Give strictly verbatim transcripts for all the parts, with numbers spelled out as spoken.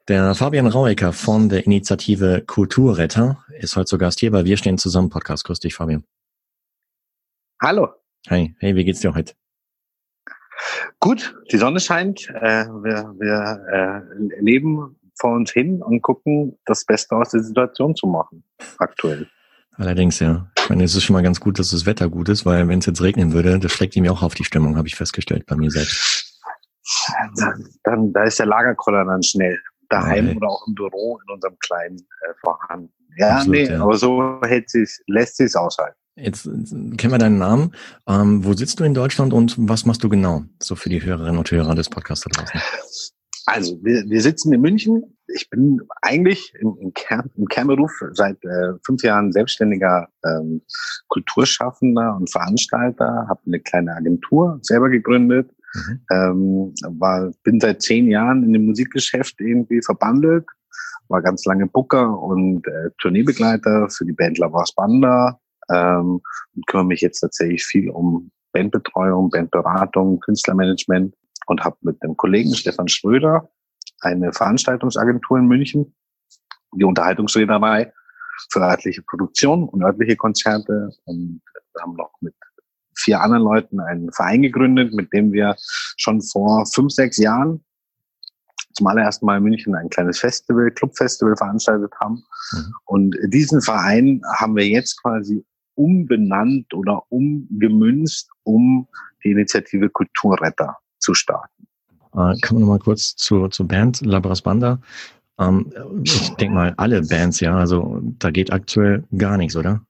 Der Fabian Rauecker von der Initiative Kulturretter ist heute zu Gast hier bei Wir stehen zusammen Podcast. Grüß dich, Fabian. Hallo. Hi, hey, wie geht's dir heute? Gut, die Sonne scheint. Äh, wir wir äh, leben vor uns hin und gucken, das Beste aus der Situation zu machen, aktuell. Allerdings, ja. Ich meine, es ist schon mal ganz gut, dass das Wetter gut ist, weil wenn es jetzt regnen würde, das schlägt ihm ja auch auf die Stimmung, habe ich festgestellt bei mir selbst. Dann, dann da ist der Lagerkoller dann schnell daheim Okay. Oder auch im Büro in unserem Kleinen äh, vorhanden. Ja, Absolut, nee, ja. aber so hält sich's, lässt sich's aushalten. Jetzt äh, kennen wir deinen Namen. Ähm, wo sitzt du in Deutschland und was machst du genau? So für die Hörerinnen und Hörer des Podcasts da draußen. Also, wir, wir sitzen in München. Ich bin eigentlich im, im, Kern, im Kernberuf seit äh, fünf Jahren selbstständiger ähm, Kulturschaffender und Veranstalter, habe eine kleine Agentur selber gegründet, mhm. ähm, war, bin seit zehn Jahren in dem Musikgeschäft irgendwie verbandelt, war ganz lange Booker und äh, Tourneebegleiter für die Band Labras Banda ähm, und kümmere mich jetzt tatsächlich viel um Bandbetreuung, Bandberatung, Künstlermanagement. Und habe mit dem Kollegen Stefan Schröder eine Veranstaltungsagentur in München, die Unterhaltungsreederei für örtliche Produktion und örtliche Konzerte. Und wir haben noch mit vier anderen Leuten einen Verein gegründet, mit dem wir schon vor fünf, sechs Jahren zum allerersten Mal in München ein kleines Festival, Clubfestival veranstaltet haben. Mhm. Und diesen Verein haben wir jetzt quasi umbenannt oder umgemünzt, um die Initiative Kulturretter zu starten. Äh, kann man noch mal kurz zur, zur Band Labras Banda. Ähm, ich denke mal, alle Bands, ja, also da geht aktuell gar nichts, oder?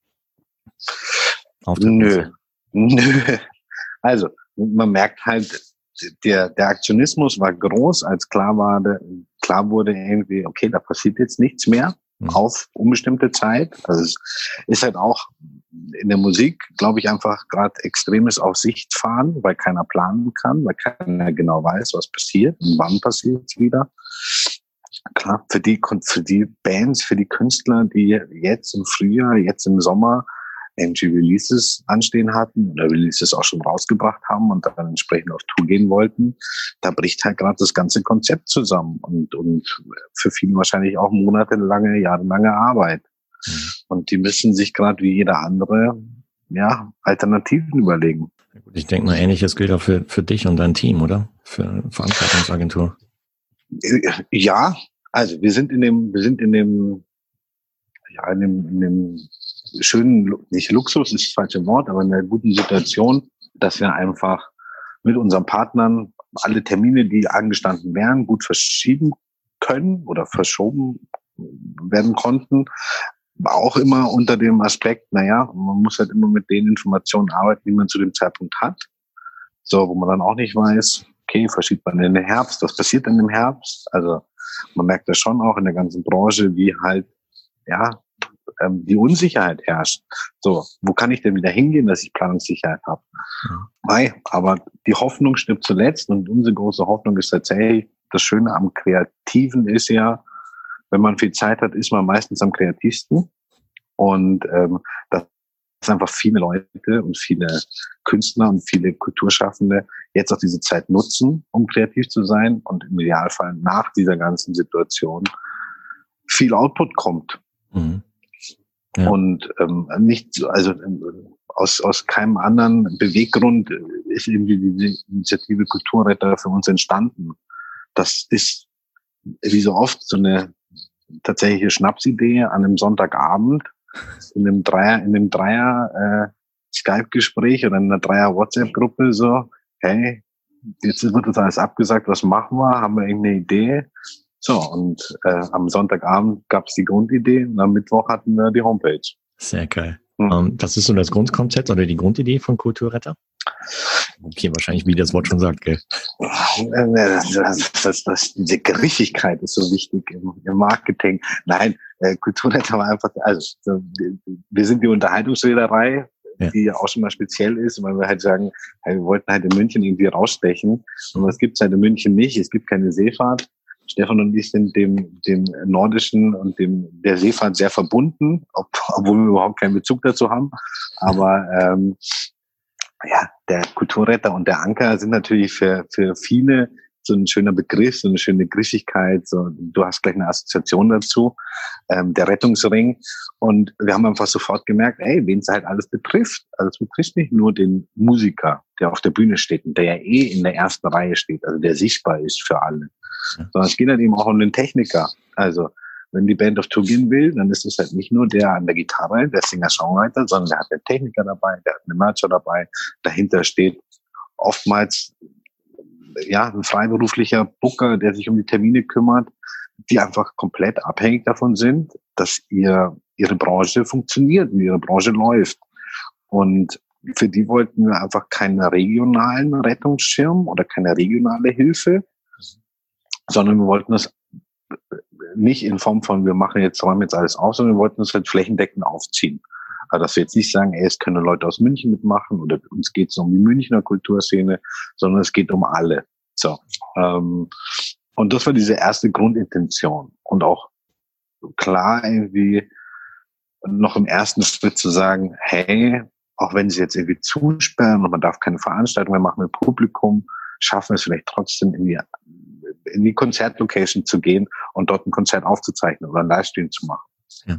Nö. Nö. Also, man merkt halt, der, der Aktionismus war groß, als klar war, klar wurde irgendwie, okay, da passiert jetzt nichts mehr mhm. auf unbestimmte Zeit. Also es ist halt auch in der Musik, glaube ich, einfach gerade extremes auf Sicht fahren, weil keiner planen kann, weil keiner genau weiß, was passiert und wann passiert es wieder. Klar, für die, für die Bands, für die Künstler, die jetzt im Frühjahr, jetzt im Sommer irgendwie Releases anstehen hatten oder Releases auch schon rausgebracht haben und dann entsprechend auf Tour gehen wollten, da bricht halt gerade das ganze Konzept zusammen und, und für viele wahrscheinlich auch monatelange, jahrelange Arbeit. Mhm. Und die müssen sich gerade wie jeder andere ja Alternativen überlegen. Ich denke mal, Ähnliches gilt auch für, für dich und dein Team, oder? Für Veranstaltungsagentur. Ja, also wir sind in dem, wir sind in dem, ja, in dem, in dem schönen, nicht Luxus ist das falsche Wort, aber in einer guten Situation, dass wir einfach mit unseren Partnern alle Termine, die angestanden wären, gut verschieben können oder verschoben werden konnten. Auch immer unter dem Aspekt, naja, man muss halt immer mit den Informationen arbeiten, die man zu dem Zeitpunkt hat. So, wo man dann auch nicht weiß, okay, verschiebt man in den Herbst, was passiert denn im Herbst? Also man merkt das schon auch in der ganzen Branche, wie halt, ja, ähm, die Unsicherheit herrscht. So, wo kann ich denn wieder hingehen, dass ich Planungssicherheit habe? Mhm. Nein, aber die Hoffnung stirbt zuletzt und unsere große Hoffnung ist tatsächlich, das Schöne am Kreativen ist ja, wenn man viel Zeit hat, ist man meistens am kreativsten. Und ähm, dass einfach viele Leute und viele Künstler und viele Kulturschaffende jetzt auch diese Zeit nutzen, um kreativ zu sein und im Idealfall nach dieser ganzen Situation viel Output kommt. Mhm. Ja. Und ähm, nicht, also aus aus keinem anderen Beweggrund ist irgendwie diese Initiative Kulturretter für uns entstanden. Das ist wie so oft so eine tatsächliche Schnapsidee an einem Sonntagabend in einem Dreier, in einem Dreier äh, Skype-Gespräch oder in einer Dreier WhatsApp-Gruppe so, hey, jetzt wird das alles abgesagt, was machen wir? Haben wir irgendeine Idee? So, und äh, am Sonntagabend gab es die Grundidee und am Mittwoch hatten wir die Homepage. Sehr geil. Hm. Um, das ist so das Grundkonzept oder die Grundidee von Kulturretter? Okay, wahrscheinlich, wie das Wort schon sagt, gell? Das, das, das, das, diese Griffigkeit ist so wichtig im, im Marketing. Nein, äh, Kulturretter war einfach, also wir sind die Unterhaltungsreederei, ja. die auch schon mal speziell ist, weil wir halt sagen, hey, wir wollten halt in München irgendwie rausstechen. Und was gibt's halt in München nicht? Es gibt keine Seefahrt. Stefan und ich sind dem, dem Nordischen und dem der Seefahrt sehr verbunden, ob, obwohl wir überhaupt keinen Bezug dazu haben. Aber ähm, ja, der Kulturretter und der Anker sind natürlich für für viele so ein schöner Begriff, so eine schöne Griffigkeit. So, du hast gleich eine Assoziation dazu, ähm, der Rettungsring. Und wir haben einfach sofort gemerkt, ey, wen es halt alles betrifft. Also es betrifft nicht nur den Musiker, der auf der Bühne steht und der ja eh in der ersten Reihe steht, also der sichtbar ist für alle. Ja. Sondern es geht halt eben auch um den Techniker. Also wenn die Band auf Tour gehen will, dann ist es halt nicht nur der an der Gitarre, der Singer-Songwriter, sondern der hat den Techniker dabei, der hat einen Mercher dabei. Dahinter steht oftmals ja ein freiberuflicher Booker, der sich um die Termine kümmert, die einfach komplett abhängig davon sind, dass ihr ihre Branche funktioniert und ihre Branche läuft. Und für die wollten wir einfach keinen regionalen Rettungsschirm oder keine regionale Hilfe, sondern wir wollten das nicht in Form von, wir machen jetzt, räumen jetzt alles auf, sondern wir wollten es halt flächendeckend aufziehen. Also dass wir jetzt nicht sagen, ey, es können Leute aus München mitmachen oder uns geht es um die Münchner Kulturszene, sondern es geht um alle. So, ähm, und das war diese erste Grundintention. Und auch klar irgendwie noch im ersten Schritt zu sagen, hey, auch wenn sie jetzt irgendwie zusperren und man darf keine Veranstaltung mehr machen mit Publikum, schaffen wir es vielleicht trotzdem in die, in die Konzertlocation zu gehen und dort ein Konzert aufzuzeichnen oder einen Livestream zu machen. Ja.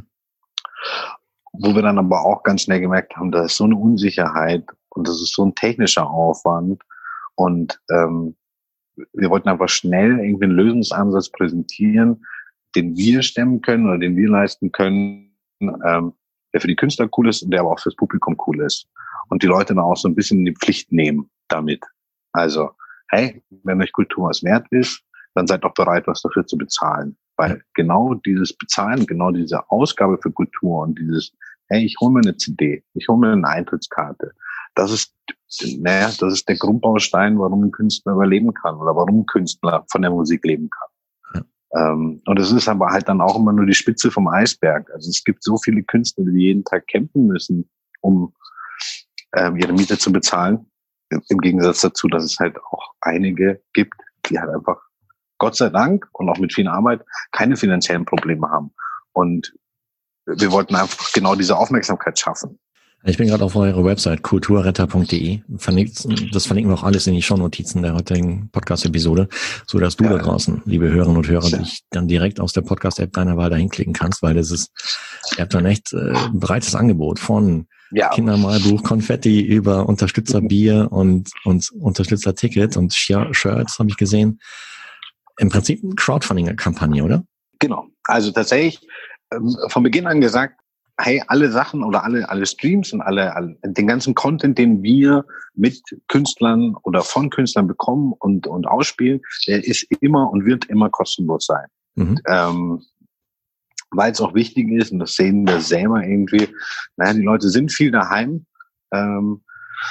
Wo wir dann aber auch ganz schnell gemerkt haben, da ist so eine Unsicherheit und das ist so ein technischer Aufwand und ähm, wir wollten einfach schnell irgendwie einen Lösungsansatz präsentieren, den wir stemmen können oder den wir leisten können, ähm, der für die Künstler cool ist und der aber auch fürs Publikum cool ist. Und die Leute dann auch so ein bisschen in die Pflicht nehmen damit. Also, hey, wenn euch Kultur was wert ist, dann seid doch bereit, was dafür zu bezahlen. Weil genau dieses Bezahlen, genau diese Ausgabe für Kultur und dieses, hey, ich hole mir eine C D, ich hole mir eine Eintrittskarte, das ist, naja, das ist der Grundbaustein, warum ein Künstler überleben kann oder warum ein Künstler von der Musik leben kann. Ja. Ähm, und es ist aber halt dann auch immer nur die Spitze vom Eisberg. Also es gibt so viele Künstler, die jeden Tag kämpfen müssen, um ähm, ihre Miete zu bezahlen. Im Gegensatz dazu, dass es halt auch einige gibt, die halt einfach Gott sei Dank und auch mit viel Arbeit keine finanziellen Probleme haben. Und wir wollten einfach genau diese Aufmerksamkeit schaffen. Ich bin gerade auf eurer Website kulturretter punkt de. Das verlinken wir auch alles in die Shownotizen der heutigen Podcast-Episode, so dass du ja. da draußen, liebe Hörerinnen und Hörer, ja. dich dann direkt aus der Podcast-App deiner Wahl dahin klicken kannst, weil das ist, ihr habt dann echt äh, ein breites Angebot von ja. Kindermalbuch, Konfetti über Unterstützerbier und, und Unterstützerticket und Shirts habe ich gesehen. Im Prinzip eine Crowdfunding-Kampagne, oder? Genau. Also tatsächlich ähm, von Beginn an gesagt, hey, alle Sachen oder alle alle Streams und alle, alle den ganzen Content, den wir mit Künstlern oder von Künstlern bekommen und und ausspielen, der ist immer und wird immer kostenlos sein. Mhm. Ähm, weil es auch wichtig ist, und das sehen wir selber irgendwie, naja, die Leute sind viel daheim. Ähm,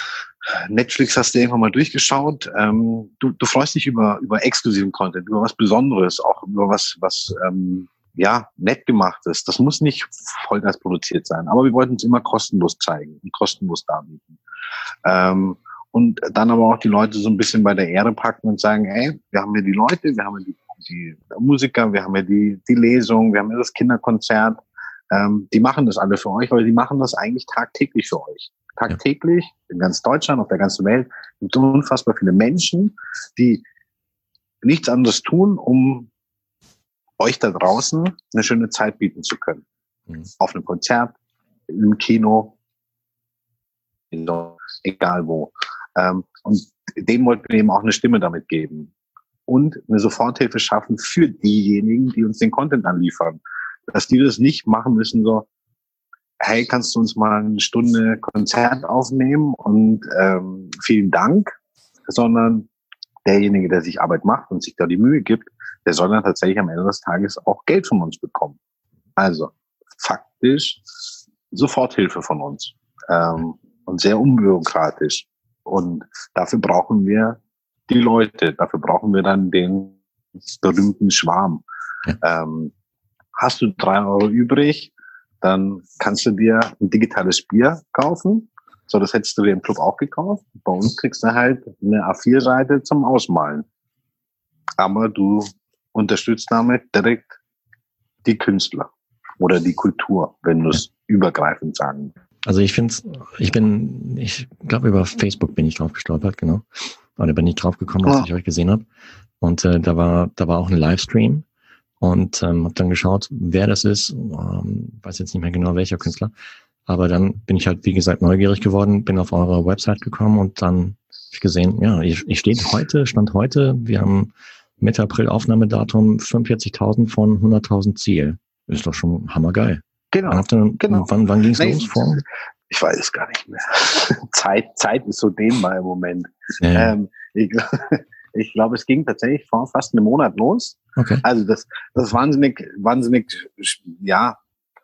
Netflix hast du irgendwann mal durchgeschaut. Ähm, du, du freust dich über über exklusiven Content, über was Besonderes, auch über was was ähm, ja nett gemachtes. Das muss nicht Vollgas produziert sein, aber wir wollten es immer kostenlos zeigen und kostenlos darbieten. Ähm, und dann aber auch die Leute so ein bisschen bei der Ehre packen und sagen, ey, wir haben hier die Leute, wir haben hier die, die Musiker, wir haben hier die die Lesung, wir haben hier das Kinderkonzert. Ähm, die machen das alle für euch, weil die machen das eigentlich tagtäglich für euch. Tagtäglich in ganz Deutschland, auf der ganzen Welt gibt es unfassbar viele Menschen, die nichts anderes tun, um euch da draußen eine schöne Zeit bieten zu können. Mhm. Auf einem Konzert, im Kino, egal wo. Ähm, und dem wollten wir eben auch eine Stimme damit geben. Und eine Soforthilfe schaffen für diejenigen, die uns den Content anliefern. Dass die das nicht machen müssen, so, hey, kannst du uns mal eine Stunde Konzert aufnehmen und ähm, vielen Dank, sondern derjenige, der sich Arbeit macht und sich da die Mühe gibt, der soll dann tatsächlich am Ende des Tages auch Geld von uns bekommen. Also faktisch Soforthilfe von uns ähm, und sehr unbürokratisch. Und dafür brauchen wir die Leute, dafür brauchen wir dann den berühmten Schwarm. Ja. Ähm, hast du drei Euro übrig, dann kannst du dir ein digitales Bier kaufen. So, das hättest du dir im Club auch gekauft. Bei uns kriegst du halt eine A vier Seite zum Ausmalen. Aber du unterstützt damit direkt die Künstler oder die Kultur, wenn du es übergreifend sagen. Also ich finde, ich bin, ich glaube über Facebook bin ich drauf gestolpert, genau. Oder bin ich drauf gekommen, als Ja. ich euch gesehen habe. Und äh, da war, da war auch ein Livestream und ähm, habe dann geschaut, wer das ist. Ähm, weiß jetzt nicht mehr genau welcher Künstler. Aber dann bin ich halt, wie gesagt, neugierig geworden, bin auf eure Website gekommen und dann habe ich gesehen, ja, ich, ich steht heute, stand heute, wir haben Mitte April Aufnahmedatum, fünfundvierzigtausend von hunderttausend Ziel. Ist doch schon hammergeil. Genau, Wann, habt ihr, genau. wann, wann ging es Nee, los? Vor? Ich weiß es gar nicht mehr. Zeit, Zeit ist so dehnbar im Moment. Ja, ja. Ähm, ich, ich glaube, es ging tatsächlich vor fast einem Monat los. Okay. Also das, das ist wahnsinnig, wahnsinnig, ja.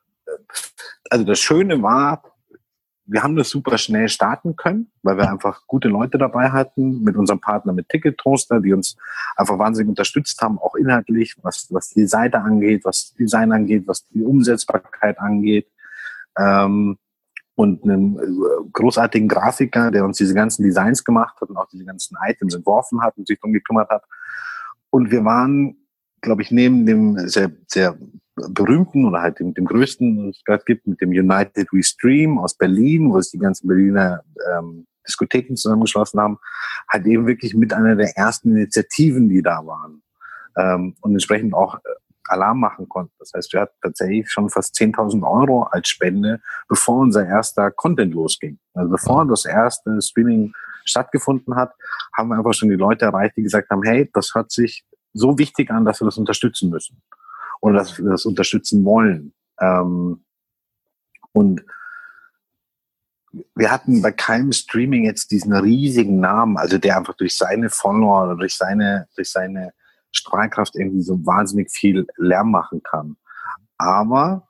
Also das Schöne war, wir haben das super schnell starten können, weil wir einfach gute Leute dabei hatten, mit unserem Partner mit Ticket Toaster, die uns einfach wahnsinnig unterstützt haben, auch inhaltlich, was, was die Seite angeht, was das Design angeht, was die Umsetzbarkeit angeht. Ähm, und einen großartigen Grafiker, der uns diese ganzen Designs gemacht hat und auch diese ganzen Items entworfen hat und sich darum gekümmert hat. Und wir waren, glaube ich, neben dem sehr, sehr berühmten oder halt dem, dem größten, was es gerade gibt, mit dem United We Stream aus Berlin, wo es die ganzen Berliner ähm, Diskotheken zusammengeschlossen haben, halt eben wirklich mit einer der ersten Initiativen, die da waren. Ähm, und entsprechend auch äh, Alarm machen konnten. Das heißt, wir hatten tatsächlich schon fast zehntausend Euro als Spende, bevor unser erster Content losging. Also bevor das erste Streaming stattgefunden hat, haben wir einfach schon die Leute erreicht, die gesagt haben, hey, das hört sich so wichtig an, dass wir das unterstützen müssen. Oder dass wir das unterstützen wollen. Ähm, und wir hatten bei keinem Streaming jetzt diesen riesigen Namen, also der einfach durch seine Follower oder durch seine, durch seine Strahlkraft irgendwie so wahnsinnig viel Lärm machen kann. Aber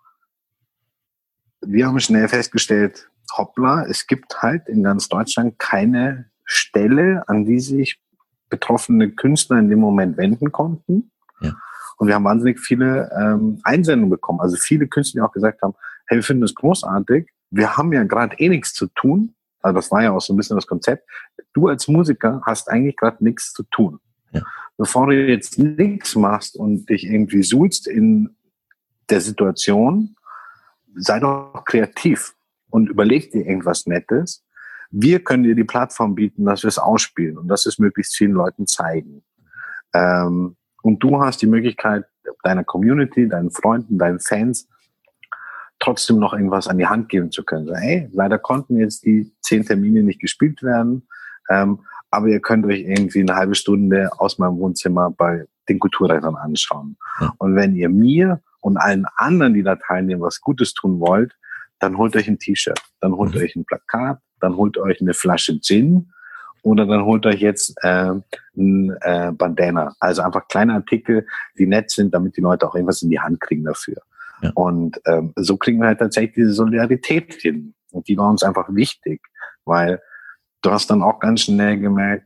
wir haben schnell festgestellt, hoppla, es gibt halt in ganz Deutschland keine Stelle, an die sich betroffene Künstler in dem Moment wenden konnten. Ja. Und wir haben wahnsinnig viele ähm, Einsendungen bekommen. Also viele Künstler, die auch gesagt haben, hey, wir finden das großartig. Wir haben ja gerade eh nichts zu tun. Also das war ja auch so ein bisschen das Konzept. Du als Musiker hast eigentlich gerade nichts zu tun. Ja. Bevor du jetzt nichts machst und dich irgendwie suhlst in der Situation, sei doch kreativ und überleg dir irgendwas Nettes. Wir können dir die Plattform bieten, dass wir es ausspielen und dass wir es möglichst vielen Leuten zeigen. Ähm, und du hast die Möglichkeit, deiner Community, deinen Freunden, deinen Fans trotzdem noch irgendwas an die Hand geben zu können. So, hey, leider konnten jetzt die zehn Termine nicht gespielt werden, ähm, aber ihr könnt euch irgendwie eine halbe Stunde aus meinem Wohnzimmer bei den Kulturreitern anschauen. Ja. Und wenn ihr mir und allen anderen, die da teilnehmen, was Gutes tun wollt, dann holt euch ein T-Shirt, dann holt Mhm. euch ein Plakat, dann holt euch eine Flasche Gin oder dann holt euch jetzt äh, ein äh, Bandana. Also einfach kleine Artikel, die nett sind, damit die Leute auch irgendwas in die Hand kriegen dafür. Ja. Und ähm, so kriegen wir halt tatsächlich diese Solidarität hin. Und die war uns einfach wichtig, weil du hast dann auch ganz schnell gemerkt,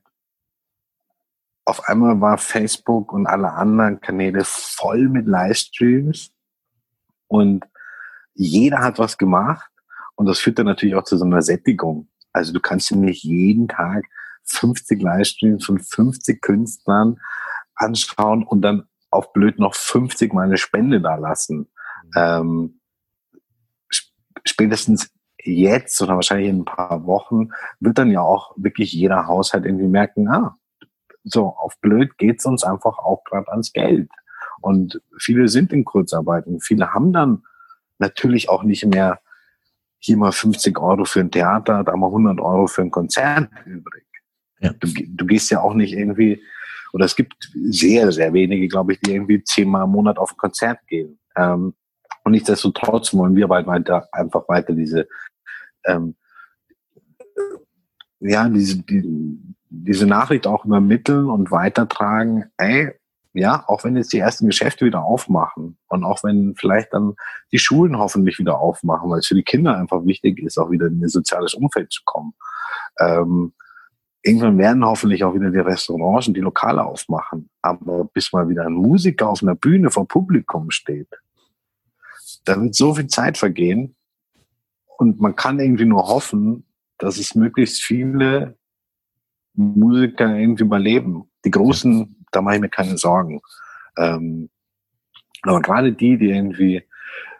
auf einmal war Facebook und alle anderen Kanäle voll mit Livestreams und jeder hat was gemacht und das führt dann natürlich auch zu so einer Sättigung. Also du kannst dir nicht jeden Tag fünfzig Livestreams von fünfzig Künstlern anschauen und dann auf blöd noch fünfzig Mal eine Spende da lassen. Mhm. Ähm, spätestens jetzt oder wahrscheinlich in ein paar Wochen wird dann ja auch wirklich jeder Haushalt irgendwie merken, ah, so auf blöd geht's uns einfach auch gerade ans Geld. Und viele sind in Kurzarbeit und viele haben dann natürlich auch nicht mehr hier mal fünfzig Euro für ein Theater, da mal hundert Euro für ein Konzert übrig. Ja. Du, du gehst ja auch nicht irgendwie, oder es gibt sehr, sehr wenige, glaube ich, die irgendwie zehnmal im Monat auf ein Konzert gehen. Ähm, und nichtsdestotrotz wollen wir bald weiter, einfach weiter diese, ähm, ja, diese, die, diese Nachricht auch übermitteln und weitertragen, ey, ja, auch wenn jetzt die ersten Geschäfte wieder aufmachen und auch wenn vielleicht dann die Schulen hoffentlich wieder aufmachen, weil es für die Kinder einfach wichtig ist, auch wieder in ein soziales Umfeld zu kommen. Ähm, irgendwann werden hoffentlich auch wieder die Restaurants und die Lokale aufmachen. Aber bis mal wieder ein Musiker auf einer Bühne vor Publikum steht, da wird so viel Zeit vergehen und man kann irgendwie nur hoffen, dass es möglichst viele Musiker irgendwie überleben. Die Großen, da mache ich mir keine Sorgen. Ähm, aber gerade die, die irgendwie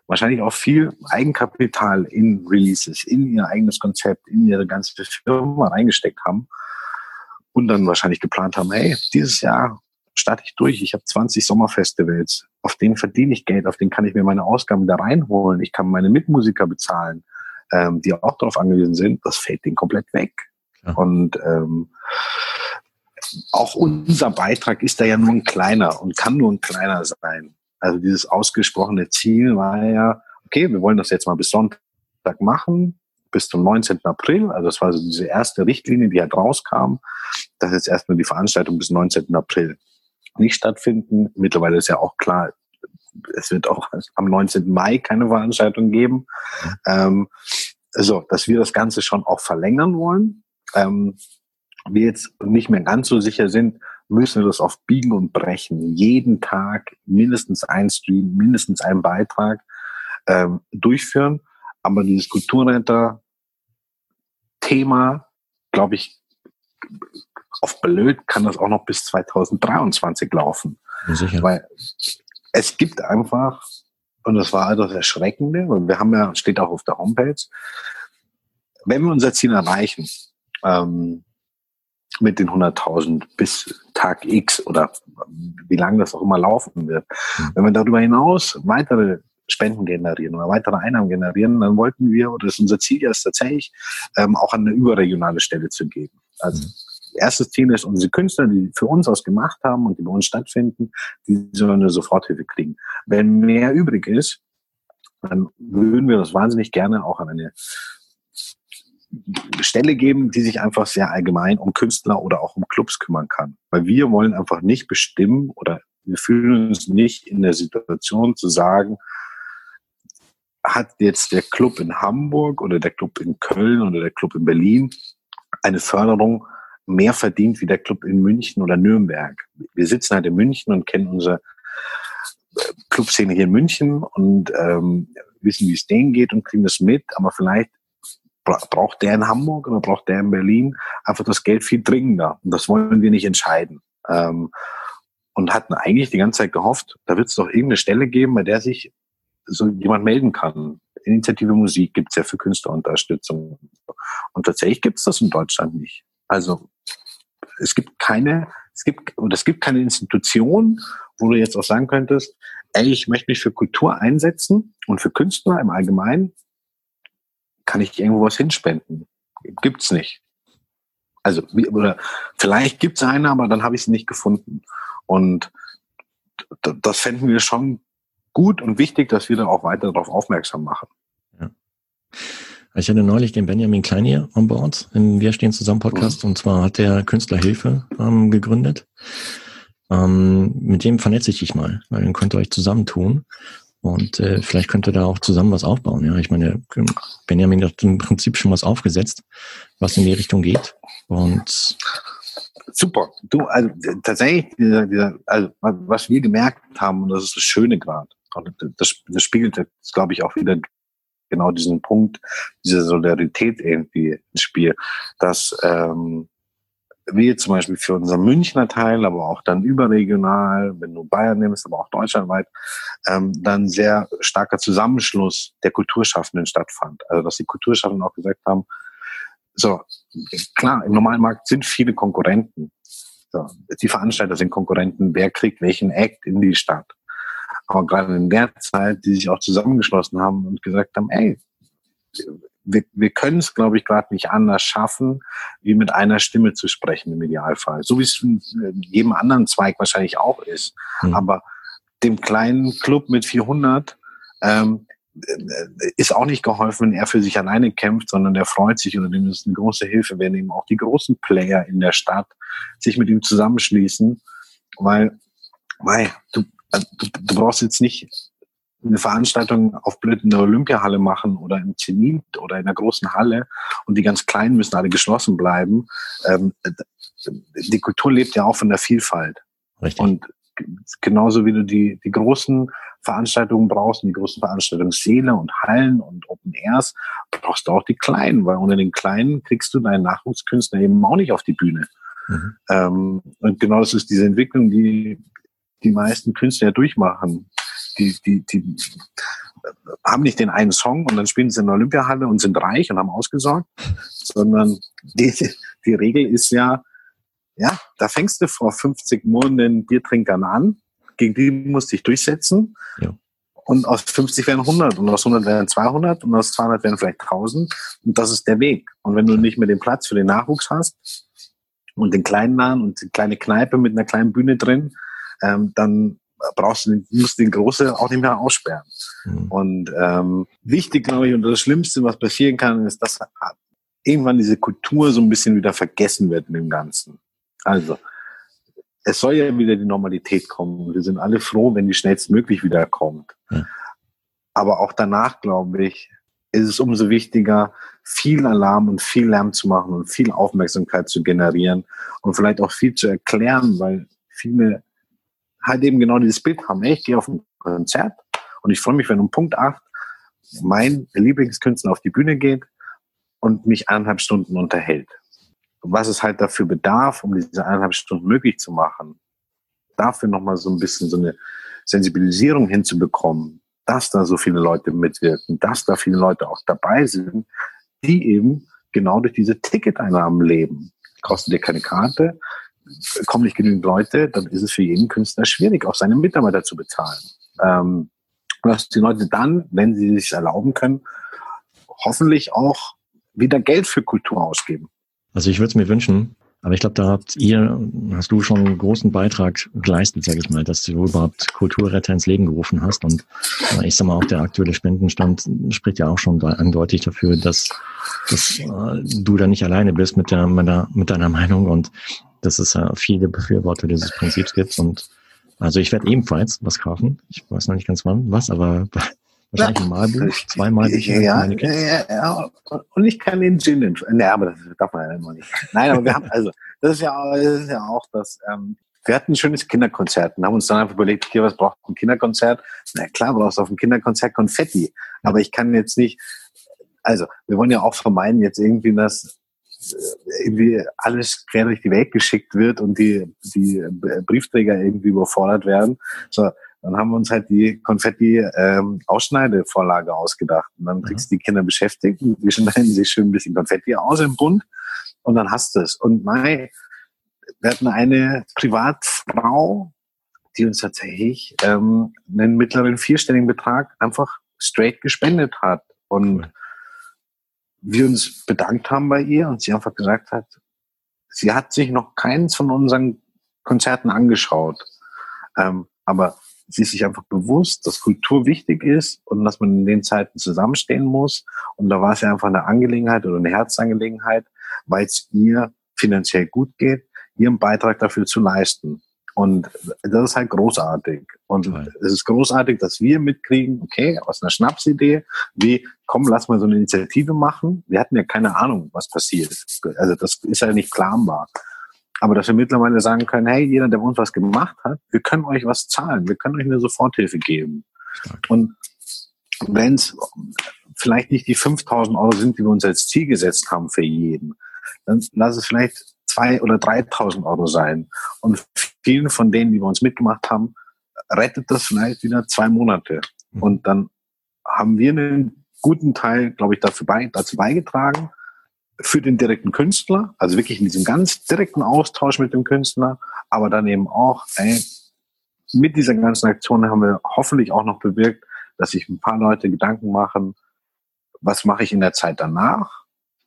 wahrscheinlich auch viel Eigenkapital in Releases, in ihr eigenes Konzept, in ihre ganze Firma reingesteckt haben und dann wahrscheinlich geplant haben, hey, dieses Jahr starte ich durch, ich habe zwanzig Sommerfestivals, auf denen verdiene ich Geld, auf denen kann ich mir meine Ausgaben da reinholen, ich kann meine Mitmusiker bezahlen, ähm, die auch darauf angewiesen sind, das fällt denen komplett weg. Ja. Und ähm, auch unser Beitrag ist da ja nur ein kleiner und kann nur ein kleiner sein. Also dieses ausgesprochene Ziel war ja, okay, wir wollen das jetzt mal bis Sonntag machen, bis zum neunzehnten April. Also das war so diese erste Richtlinie, die halt rauskam, dass jetzt erstmal die Veranstaltung bis neunzehnten April nicht stattfinden. Mittlerweile ist ja auch klar, es wird auch am neunzehnten Mai keine Veranstaltung geben. Mhm. Ähm, so, dass wir das Ganze schon auch verlängern wollen. Ähm, wir jetzt nicht mehr ganz so sicher sind, müssen wir das auf Biegen und Brechen jeden Tag mindestens ein Stream, mindestens einen Beitrag ähm, durchführen. Aber dieses Kulturretter-Thema, glaube ich, auf blöd kann das auch noch bis zweitausenddreiundzwanzig laufen. Sicher. Weil es gibt einfach, und das war das Erschreckende, und wir haben ja, steht auch auf der Homepage, wenn wir unser Ziel erreichen, ähm, mit den hunderttausend bis Tag X oder wie lange das auch immer laufen wird, mhm. wenn wir darüber hinaus weitere Spenden generieren oder weitere Einnahmen generieren, dann wollten wir, oder das ist unser Ziel ist tatsächlich, ähm, auch an eine überregionale Stelle zu geben. Also mhm. erstes Ziel ist, unsere Künstler, die für uns was gemacht haben und die bei uns stattfinden, die sollen eine Soforthilfe kriegen. Wenn mehr übrig ist, dann würden wir das wahnsinnig gerne auch an eine Stelle geben, die sich einfach sehr allgemein um Künstler oder auch um Clubs kümmern kann. Weil wir wollen einfach nicht bestimmen oder wir fühlen uns nicht in der Situation zu sagen, hat jetzt der Club in Hamburg oder der Club in Köln oder der Club in Berlin eine Förderung mehr verdient wie der Club in München oder Nürnberg. Wir sitzen halt in München und kennen unsere Clubszene hier in München und ähm, wissen, wie es denen geht und kriegen das mit, aber vielleicht braucht der in Hamburg oder braucht der in Berlin einfach das Geld viel dringender. Und das wollen wir nicht entscheiden. Ähm, und hatten eigentlich die ganze Zeit gehofft, da wird es doch irgendeine Stelle geben, bei der sich so jemand melden kann. Initiative Musik gibt es ja für Künstlerunterstützung. Und tatsächlich gibt es das in Deutschland nicht. Also es gibt keine, es gibt, oder es gibt keine Institution, wo du jetzt auch sagen könntest, ey, ich möchte mich für Kultur einsetzen und für Künstler im Allgemeinen. Kann ich irgendwo was hinspenden? Gibt's nicht. Also, wie, oder vielleicht gibt's eine, aber dann habe ich sie nicht gefunden. Und d- das fänden wir schon gut und wichtig, dass wir da auch weiter darauf aufmerksam machen. Ja. Ich hatte neulich den Benjamin Klein hier an Bord im Wir stehen zusammen Podcast mhm. und zwar hat der Künstler Hilfe ähm, gegründet. Ähm, mit dem vernetze ich dich mal, weil dann könnt ihr euch zusammentun. Und äh, vielleicht könnt ihr da auch zusammen was aufbauen. Ja, ich meine, Benjamin hat im Prinzip schon was aufgesetzt, was in die Richtung geht. Und super. Du, also tatsächlich, dieser, dieser, also was wir gemerkt haben, und das ist das Schöne gerade, das, das spiegelt, glaube ich, auch wieder genau diesen Punkt, diese Solidarität irgendwie ins Spiel, dass ähm, wir zum Beispiel für unseren Münchner Teil, aber auch dann überregional, wenn du Bayern nimmst, aber auch deutschlandweit, ähm, dann sehr starker Zusammenschluss der Kulturschaffenden stattfand. Also dass die Kulturschaffenden auch gesagt haben, so, klar, im normalen Markt sind viele Konkurrenten. So, die Veranstalter sind Konkurrenten, wer kriegt welchen Act in die Stadt. Aber gerade in der Zeit, die sich auch zusammengeschlossen haben und gesagt haben, ey, wir, wir können es, glaube ich, gerade nicht anders schaffen, wie mit einer Stimme zu sprechen im Idealfall. So wie es in jedem anderen Zweig wahrscheinlich auch ist. Mhm. Aber dem kleinen Club mit vierhundert ähm, ist auch nicht geholfen, wenn er für sich alleine kämpft, sondern der freut sich oder dem ist eine große Hilfe, wenn eben auch die großen Player in der Stadt sich mit ihm zusammenschließen, weil, weil du, du, du brauchst jetzt nicht eine Veranstaltung auf blöd in der Olympiahalle machen oder im Zenit oder in der großen Halle und die ganz Kleinen müssen alle geschlossen bleiben. Ähm, die Kultur lebt ja auch von der Vielfalt. Richtig. Und genauso wie du die, die großen Veranstaltungen brauchst, die großen Veranstaltungssäle und Hallen und Open Airs, brauchst du auch die kleinen, weil ohne den kleinen kriegst du deinen Nachwuchskünstler eben auch nicht auf die Bühne. Mhm. Ähm, und genau das ist diese Entwicklung, die die meisten Künstler ja durchmachen. Die, die, die haben nicht den einen Song und dann spielen sie in der Olympiahalle und sind reich und haben ausgesorgt, sondern die, die Regel ist ja, ja, da fängst du vor fünfzig murrenden Biertrinkern an, gegen die musst du dich durchsetzen. Ja. Und aus fünfzig werden hundert und aus hundert werden zweihundert und aus zweihundert werden vielleicht tausend. Und das ist der Weg. Und wenn du nicht mehr den Platz für den Nachwuchs hast und den kleinen Laden und die kleine Kneipe mit einer kleinen Bühne drin, ähm, dann brauchst du den, musst du den Große auch nicht mehr aussperren. Mhm. Und ähm, wichtig, glaube ich, und das Schlimmste, was passieren kann, ist, dass irgendwann diese Kultur so ein bisschen wieder vergessen wird in dem Ganzen. Also, es soll ja wieder die Normalität kommen. Wir sind alle froh, wenn die schnellstmöglich wieder kommt. Ja. Aber auch danach, glaube ich, ist es umso wichtiger, viel Alarm und viel Lärm zu machen und viel Aufmerksamkeit zu generieren und vielleicht auch viel zu erklären, weil viele halt eben genau dieses Bild haben. Hey, ich gehe auf ein Konzert und ich freue mich, wenn um Punkt acht mein Lieblingskünstler auf die Bühne geht und mich eineinhalb Stunden unterhält. Was es halt dafür bedarf, um diese eineinhalb Stunden möglich zu machen, dafür nochmal so ein bisschen so eine Sensibilisierung hinzubekommen, dass da so viele Leute mitwirken, dass da viele Leute auch dabei sind, die eben genau durch diese Ticketeinnahmen leben. Kostet dir keine Karte, kommen nicht genügend Leute, dann ist es für jeden Künstler schwierig, auch seine Mitarbeiter zu bezahlen. Ähm, dass die Leute dann, wenn sie sich erlauben können, hoffentlich auch wieder Geld für Kultur ausgeben. Also ich würde es mir wünschen, aber ich glaube, da habt ihr, hast du schon einen großen Beitrag geleistet, sage ich mal, dass du überhaupt Kulturretter ins Leben gerufen hast. Und ich sag mal, auch der aktuelle Spendenstand spricht ja auch schon eindeutig dafür, dass, dass äh, du da nicht alleine bist mit, der, mit, der, mit deiner Meinung und dass es ja viele Befürworter dieses Prinzips gibt. Und also ich werde ebenfalls was kaufen. Ich weiß noch nicht ganz wann, was, aber wahrscheinlich ein Malbuch, zweimal sicher. Ja, ja, ja, und ich kann den Gin entscheiden. Nee, aber das darf man ja immer nicht. Nein, aber wir haben, also, das ist ja, das ist ja auch das, ähm, wir hatten ein schönes Kinderkonzert und haben uns dann einfach überlegt, okay, was braucht ein Kinderkonzert? Na klar, brauchst du auf dem Kinderkonzert Konfetti. Aber ich kann jetzt nicht, also, wir wollen ja auch vermeiden, jetzt irgendwie, dass irgendwie alles quer durch die Welt geschickt wird und die, die Briefträger irgendwie überfordert werden. So, dann haben wir uns halt die Konfetti-Ausschneidevorlage ähm, ausgedacht. Und dann kriegst du die Kinder beschäftigt und die schneiden sich schön ein bisschen Konfetti aus im Bund und dann hast du es. Und nein, wir hatten eine Privatfrau, die uns tatsächlich ähm, einen mittleren vierstelligen Betrag einfach straight gespendet hat. Und cool. Wir uns bedankt haben bei ihr und sie einfach gesagt hat, sie hat sich noch keins von unseren Konzerten angeschaut. Ähm, aber sie ist sich einfach bewusst, dass Kultur wichtig ist und dass man in den Zeiten zusammenstehen muss. Und da war es ja einfach eine Angelegenheit oder eine Herzangelegenheit, weil es ihr finanziell gut geht, ihren Beitrag dafür zu leisten. Und das ist halt großartig. Und Nein. es ist großartig, dass wir mitkriegen, okay, aus einer Schnapsidee, wie, komm, lass mal so eine Initiative machen. Wir hatten ja keine Ahnung, was passiert. Also das ist ja nicht planbar. Aber dass wir mittlerweile sagen können, hey, jeder, der bei uns was gemacht hat, wir können euch was zahlen, wir können euch eine Soforthilfe geben. Stark. Und wenn es vielleicht nicht die fünftausend Euro sind, die wir uns als Ziel gesetzt haben für jeden, dann lass es vielleicht zweitausend oder dreitausend Euro sein. Und vielen von denen, die bei uns mitgemacht haben, rettet das vielleicht wieder zwei Monate. Mhm. Und dann haben wir einen guten Teil, glaube ich, dafür bei, dazu beigetragen, für den direkten Künstler, also wirklich in diesem ganz direkten Austausch mit dem Künstler, aber dann eben auch, ey, mit dieser ganzen Aktion haben wir hoffentlich auch noch bewirkt, dass sich ein paar Leute Gedanken machen, was mache ich in der Zeit danach?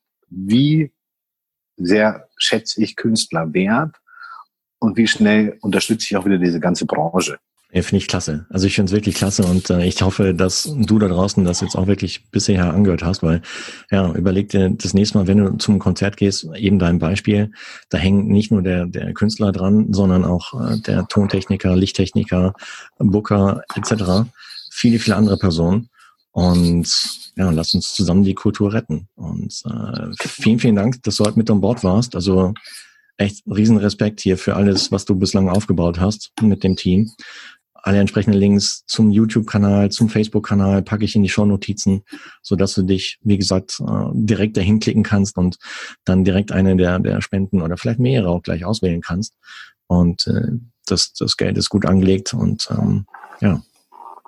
Wie sehr schätze ich Künstler wert? Und wie schnell unterstütze ich auch wieder diese ganze Branche? Ja, finde ich klasse. Also ich finde es wirklich klasse und äh, ich hoffe, dass du da draußen das jetzt auch wirklich bisher angehört hast, weil ja, überleg dir das nächste Mal, wenn du zum Konzert gehst, eben dein Beispiel, da hängt nicht nur der der Künstler dran, sondern auch äh, der Tontechniker, Lichttechniker, Booker et cetera. Viele, viele andere Personen und ja, lass uns zusammen die Kultur retten. Und äh, vielen, vielen Dank, dass du heute mit an Bord warst. Also echt riesen Respekt hier für alles, was du bislang aufgebaut hast mit dem Team. Alle entsprechenden Links zum YouTube-Kanal, zum Facebook-Kanal packe ich in die Shownotizen, so dass du dich, wie gesagt, direkt dahin klicken kannst und dann direkt eine der, der Spenden oder vielleicht mehrere auch gleich auswählen kannst. Und äh, das, das Geld ist gut angelegt und ähm, ja,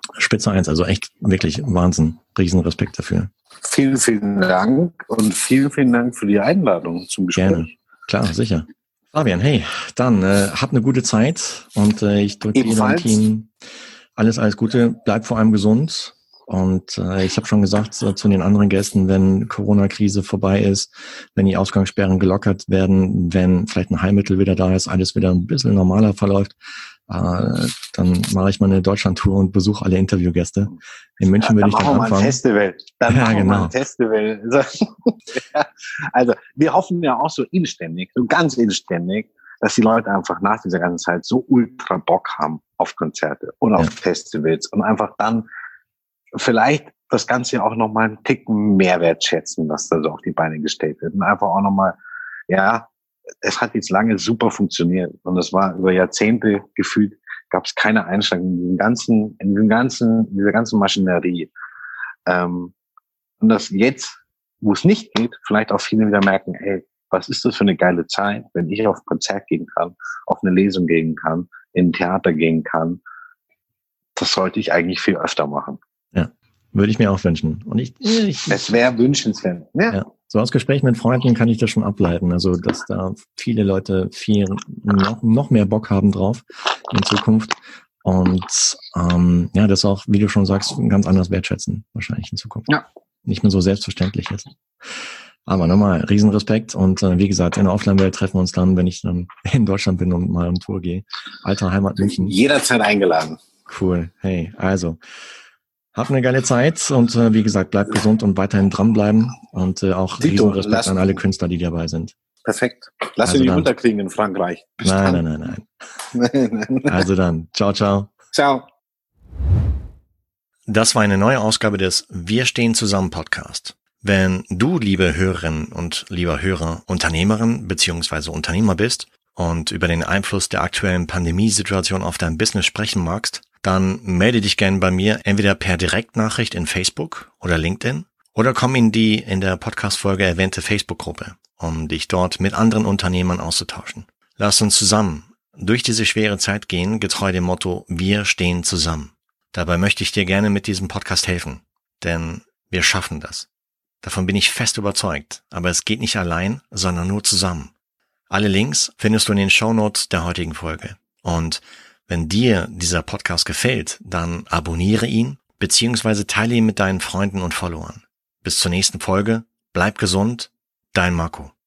Spitze eins, also echt wirklich Wahnsinn. Riesenrespekt dafür. Vielen, vielen Dank und vielen, vielen Dank für die Einladung zum Gespräch. Gerne, klar, sicher. Fabian, hey, dann äh, hab eine gute Zeit und äh, ich drücke dir deinem Team alles, alles Gute. Bleib vor allem gesund und äh, ich habe schon gesagt äh, zu den anderen Gästen, wenn Corona-Krise vorbei ist, wenn die Ausgangssperren gelockert werden, wenn vielleicht ein Heilmittel wieder da ist, alles wieder ein bisschen normaler verläuft, äh, dann mache ich mal eine Deutschland-Tour und besuche alle Interviewgäste. In München würde ich dann anfangen. Dann machen wir ein Festival. Dann ja, machen wir genau. mal ein Festival. Also wir hoffen ja auch so inständig, so ganz inständig, dass die Leute einfach nach dieser ganzen Zeit so ultra Bock haben auf Konzerte und auf ja. Festivals und einfach dann vielleicht das Ganze auch nochmal einen Ticken Mehrwert schätzen, was da so auf die Beine gestellt wird. Und einfach auch nochmal, ja, es hat jetzt lange super funktioniert und es war über Jahrzehnte gefühlt, gab es keine Einschränkungen in diesem ganzen, in diesem ganzen, in dieser ganzen Maschinerie. Ähm, und dass jetzt, wo es nicht geht, vielleicht auch viele wieder merken, hey, was ist das für eine geile Zeit, wenn ich auf ein Konzert gehen kann, auf eine Lesung gehen kann, in ein Theater gehen kann. Das sollte ich eigentlich viel öfter machen. Ja, würde ich mir auch wünschen. Und ich, ich es wäre wünschenswert. Ja. ja. So aus Gesprächen mit Freunden kann ich das schon ableiten. Also, dass da viele Leute viel noch, noch mehr Bock haben drauf in Zukunft. Und ähm, ja, das auch, wie du schon sagst, ganz anders wertschätzen, wahrscheinlich in Zukunft. Ja. Nicht mehr so selbstverständlich ist. Aber nochmal, Riesenrespekt. Und äh, wie gesagt, in der Offline-Welt treffen wir uns dann, wenn ich dann in Deutschland bin und mal um Tour gehe. Alter Heimat München. Jederzeit eingeladen. Cool. Hey, also. Hab eine geile Zeit und äh, wie gesagt, bleib gesund und weiterhin dranbleiben und äh, auch Dito, Riesenrespekt an alle Künstler, die dabei sind. Perfekt. Lass also ihn nicht dann. runterkriegen in Frankreich. Bis nein, dann. nein, nein, nein. Also dann. Ciao, ciao. Ciao. Das war eine neue Ausgabe des Wir stehen zusammen Podcast. Wenn du, liebe Hörerinnen und lieber Hörer, Unternehmerin bzw. Unternehmer bist und über den Einfluss der aktuellen Pandemiesituation auf dein Business sprechen magst, dann melde dich gerne bei mir entweder per Direktnachricht in Facebook oder LinkedIn oder komm in die in der Podcast-Folge erwähnte Facebook-Gruppe, um dich dort mit anderen Unternehmern auszutauschen. Lass uns zusammen durch diese schwere Zeit gehen, getreu dem Motto, wir stehen zusammen. Dabei möchte ich dir gerne mit diesem Podcast helfen, denn wir schaffen das. Davon bin ich fest überzeugt, aber es geht nicht allein, sondern nur zusammen. Alle Links findest du in den Shownotes der heutigen Folge. Und wenn dir dieser Podcast gefällt, dann abonniere ihn bzw. teile ihn mit deinen Freunden und Followern. Bis zur nächsten Folge, bleib gesund, dein Marco.